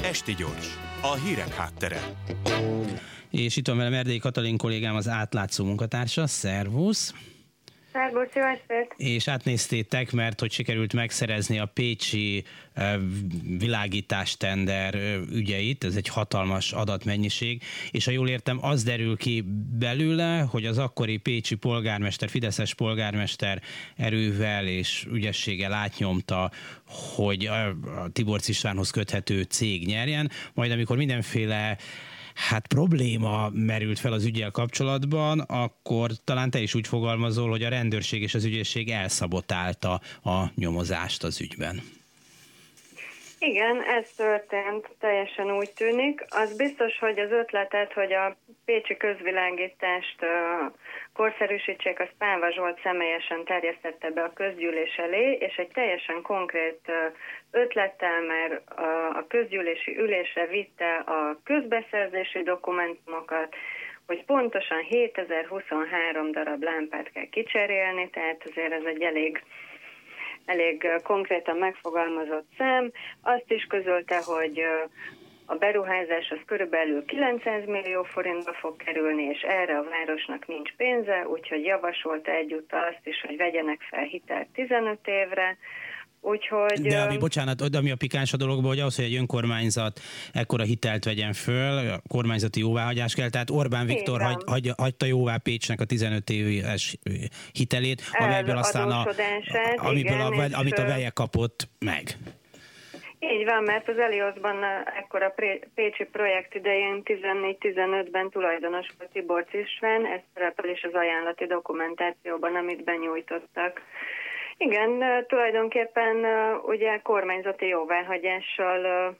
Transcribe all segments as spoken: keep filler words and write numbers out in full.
Esti Gyors, a hírek háttere. És itt van velem Erdélyi Katalin kollégám, az átlátszó munkatársa. Szervusz! Szervusz, jó estét! És átnéztétek, mert hogy sikerült megszerezni a pécsi uh, világítástender uh, ügyeit, ez egy hatalmas adatmennyiség, és ha jól értem, az derül ki belőle, hogy az akkori pécsi polgármester, fideszes polgármester erővel és ügyességgel átnyomta, hogy a, a Tiborcs Istvánhoz köthető cég nyerjen, majd amikor mindenféle hát probléma merült fel az üggyel kapcsolatban, akkor talán te is úgy fogalmazol, hogy a rendőrség és az ügyészség elszabotálta a nyomozást az ügyben. Igen, ez történt, teljesen úgy tűnik. Az biztos, hogy az ötletet, hogy a pécsi közvilágítást uh, korszerűsítsék, az Páva Zsolt személyesen terjesztette be a közgyűlés elé, és egy teljesen konkrét uh, ötlettel, mert uh, a közgyűlési ülésre vitte a közbeszerzési dokumentumokat, hogy pontosan hétezer-huszonhárom darab lámpát kell kicserélni, tehát azért ez egy elég elég konkrétan megfogalmazott szám. Azt is közölte, hogy a beruházás az körülbelül kilencszáz millió forintba fog kerülni, és erre a városnak nincs pénze, úgyhogy javasolta egyúttal azt is, hogy vegyenek fel hitelt tizenöt évre. Úgyhogy, de ami, bocsánat, de ami a pikáns a dologban, hogy ahhoz, hogy egy önkormányzat ekkora hitelt vegyen föl, a kormányzati jóváhagyás kell, tehát Orbán Viktor hagy, hagy, hagyta jóvá Pécsnek a tizenöt éves hitelét, amelyből aztán a, amiből igen, a, amit a Veje kapott meg. Így van, mert az Elioszban ekkora pécsi projekt idején tizennégy-tizenötben tulajdonos volt Tiborcs István, ez szerepel is az ajánlati dokumentációban, amit benyújtottak. Igen, tulajdonképpen ugye kormányzati jóváhagyással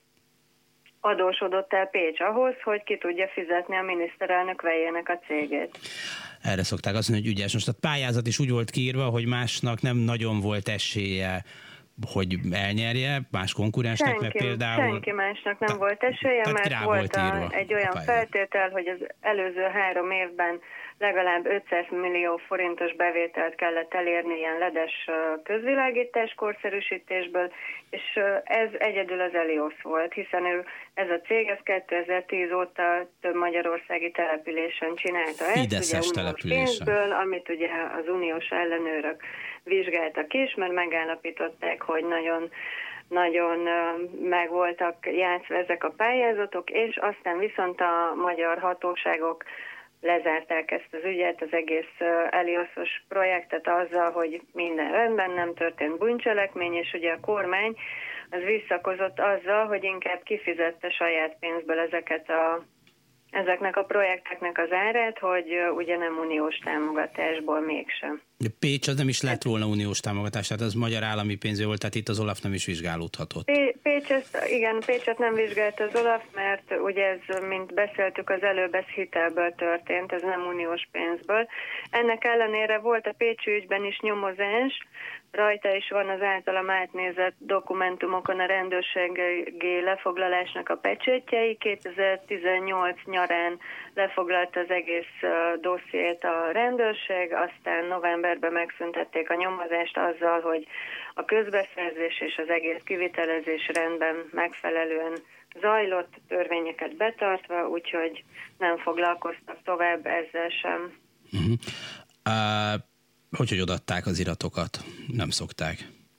adósodott el Pécs ahhoz, hogy ki tudja fizetni a miniszterelnök Vejének a cégét. Erre szokták azt mondani, hogy ügyes. Most a pályázat is úgy volt kiírva, hogy másnak nem nagyon volt esélye, hogy elnyerje, más konkurensnek, senki, mert például... Senki másnak nem ta, volt esélye, mert volt a, egy olyan feltétel, hogy az előző három évben legalább ötszáz millió forintos bevételt kellett elérni ilyen ledes közvilágítás korszerűsítésből, és ez egyedül az Eliosz volt, hiszen ő, ez a cég ez kétezer-tíz óta több magyarországi településen csinálta ezt, Fideszes ugye uniós pénzből, amit ugye az uniós ellenőrök vizsgáltak is, mert megállapították, hogy nagyon nagyon meg voltak játszva ezek a pályázatok, és aztán viszont a magyar hatóságok lezárták ezt az ügyet, az egész Elioszos projektet azzal, hogy minden rendben, nem történt bűncselekmény, és ugye a kormány az visszakozott azzal, hogy inkább kifizette saját pénzből ezeket a, ezeknek a projekteknek az árát, hogy ugye nem uniós támogatásból mégsem. De Pécs az nem is lett volna uniós támogatás, tehát az magyar állami pénzű volt, tehát itt az Olaf nem is vizsgálódhatott. Pécs, ezt, igen, Pécset nem vizsgálta az Olaf, mert ugye ez, mint beszéltük az előbb, ez hitelből történt, ez nem uniós pénzből. Ennek ellenére volt a pécsi ügyben is nyomozás, rajta is van az általam átnézett dokumentumokon a rendőrségi lefoglalásnak a pecsétjei. kétezer-tizennyolc nyarán lefoglalta az egész dossziét a rendőrség, aztán novemberben megszüntették a nyomozást azzal, hogy a közbeszerzés és az egész kivitelezés rendben megfelelően zajlott, törvényeket betartva, úgyhogy nem foglalkoztak tovább ezzel sem. Uh-huh. Uh... Hogy, hogy odaadták az iratokat? Nem szokták.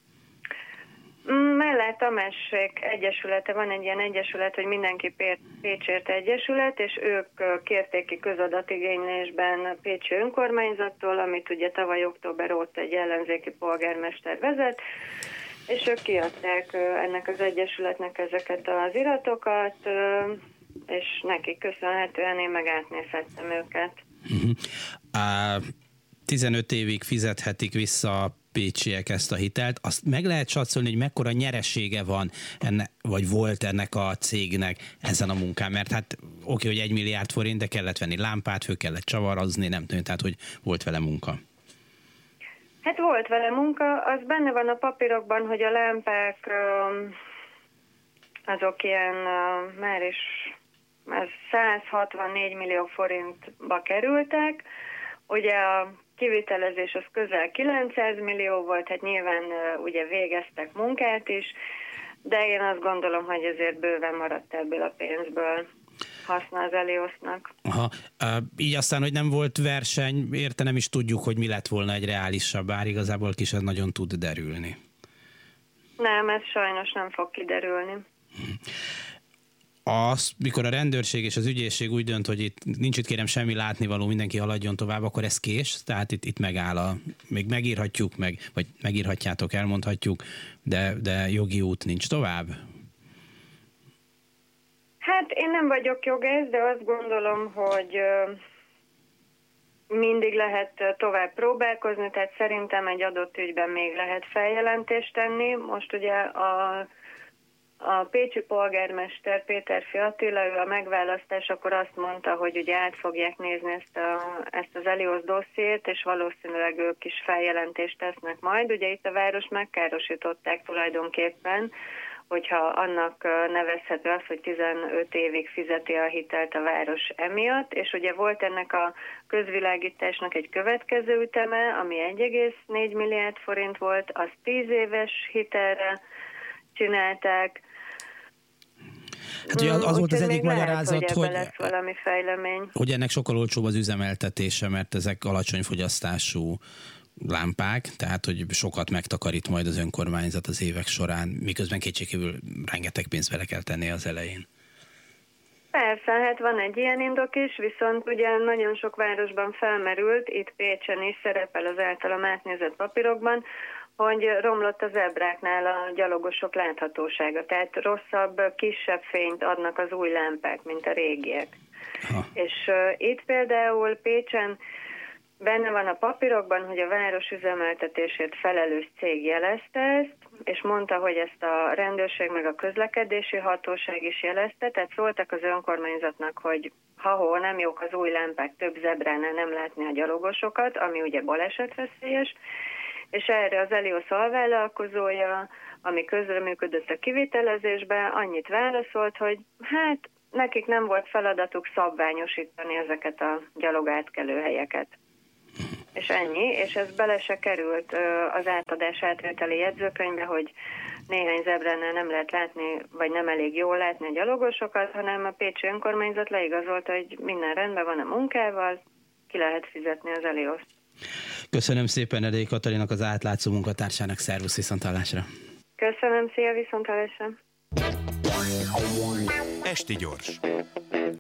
Mellett Tamásség egyesülete, van egy ilyen egyesület, hogy mindenki Pécsért egyesület, és ők kérték ki közadatigénylésben Pécsi önkormányzattól, amit ugye tavaly október óta egy ellenzéki polgármester vezet, és ők kiadták ennek az egyesületnek ezeket az iratokat, és nekik köszönhetően én meg átnézhettem őket. Uh-huh. Uh... tizenöt évig fizethetik vissza a pécsiek ezt a hitelt. Azt meg lehet satszolni, hogy mekkora nyeresége van enne, vagy volt ennek a cégnek ezen a munkán, mert hát oké, hogy egy milliárd forint, de kellett venni lámpát, fő kellett csavarozni, nem tudom, tehát hogy volt vele munka. Hát volt vele munka, az benne van a papírokban, hogy a lámpák azok ilyen már is száz hatvannégy millió forintba kerültek, ugye a kivitelezés az közel kilencszáz millió volt, hát nyilván uh, ugye végeztek munkát is, de én azt gondolom, hogy ezért bőven maradt ebből a pénzből haszna az Eliosznak. Aha. Így aztán, hogy nem volt verseny, érte nem is tudjuk, hogy mi lett volna egy reálisabb ár, igazából ki sem nagyon tud derülni. Nem, ez sajnos nem fog kiderülni. Az, mikor a rendőrség és az ügyészség úgy dönt, hogy itt nincs itt kérem semmi látnivaló, mindenki haladjon tovább, akkor ez kés, tehát itt, itt megáll a, még megírhatjuk, meg, vagy megírhatjátok, elmondhatjuk, de, de jogi út nincs tovább? Hát én nem vagyok jogász, de azt gondolom, hogy mindig lehet tovább próbálkozni, tehát szerintem egy adott ügyben még lehet feljelentést tenni. Most ugye a A pécsi polgármester Péterfi Attila, ő a megválasztásakor azt mondta, hogy ugye át fogják nézni ezt, a, ezt az Eliosz dossziét, és valószínűleg ők is feljelentést tesznek majd. Ugye itt a város megkárosították tulajdonképpen, hogyha annak nevezhető az, hogy tizenöt évig fizeti a hitelt a város emiatt, és ugye volt ennek a közvilágításnak egy következő üteme, ami egy egész négy milliárd forint volt, az tíz éves hitelre csinálták. Hát ugye az, az volt az egyik lehet, magyarázat, hogy, hogy, lesz valami fejlemény. hogy ennek sokkal olcsóbb az üzemeltetése, mert ezek alacsony fogyasztású lámpák, tehát hogy sokat megtakarít majd az önkormányzat az évek során, miközben kétségkívül rengeteg pénzt bele kell tenni az elején. Persze, hát van egy ilyen indok is, viszont ugye nagyon sok városban felmerült, itt Pécsen is szerepel az általam átnézett papírokban, hogy romlott az zebráknál a gyalogosok láthatósága, tehát rosszabb, kisebb fényt adnak az új lámpák, mint a régiek. Ha. És uh, itt például Pécsen benne van a papírokban, hogy a város üzemeltetésért felelős cég jelezte ezt, és mondta, hogy ezt a rendőrség meg a közlekedési hatóság is jelezte, tehát szóltak az önkormányzatnak, hogy ha-hol nem jók az új lámpák, több zebránál nem látni a gyalogosokat, ami ugye balesetveszélyes, és erre az Eliosz alvállalkozója, ami közreműködött a kivitelezésbe, annyit válaszolt, hogy hát nekik nem volt feladatuk szabványosítani ezeket a gyalogátkelőhelyeket. És ennyi, és ez bele se került az átadás átvételi jegyzőkönyvbe, hogy néhány zebránál nem lehet látni, vagy nem elég jól látni a gyalogosokat, hanem a pécsi önkormányzat leigazolta, hogy minden rendben van a munkával, ki lehet fizetni az Elioszt. Köszönöm szépen Erdélyi Katalinak, az átlátszó munkatársának, szervusz, viszonthallásra. Köszönöm, szia, viszonthallásra. Esti gyors.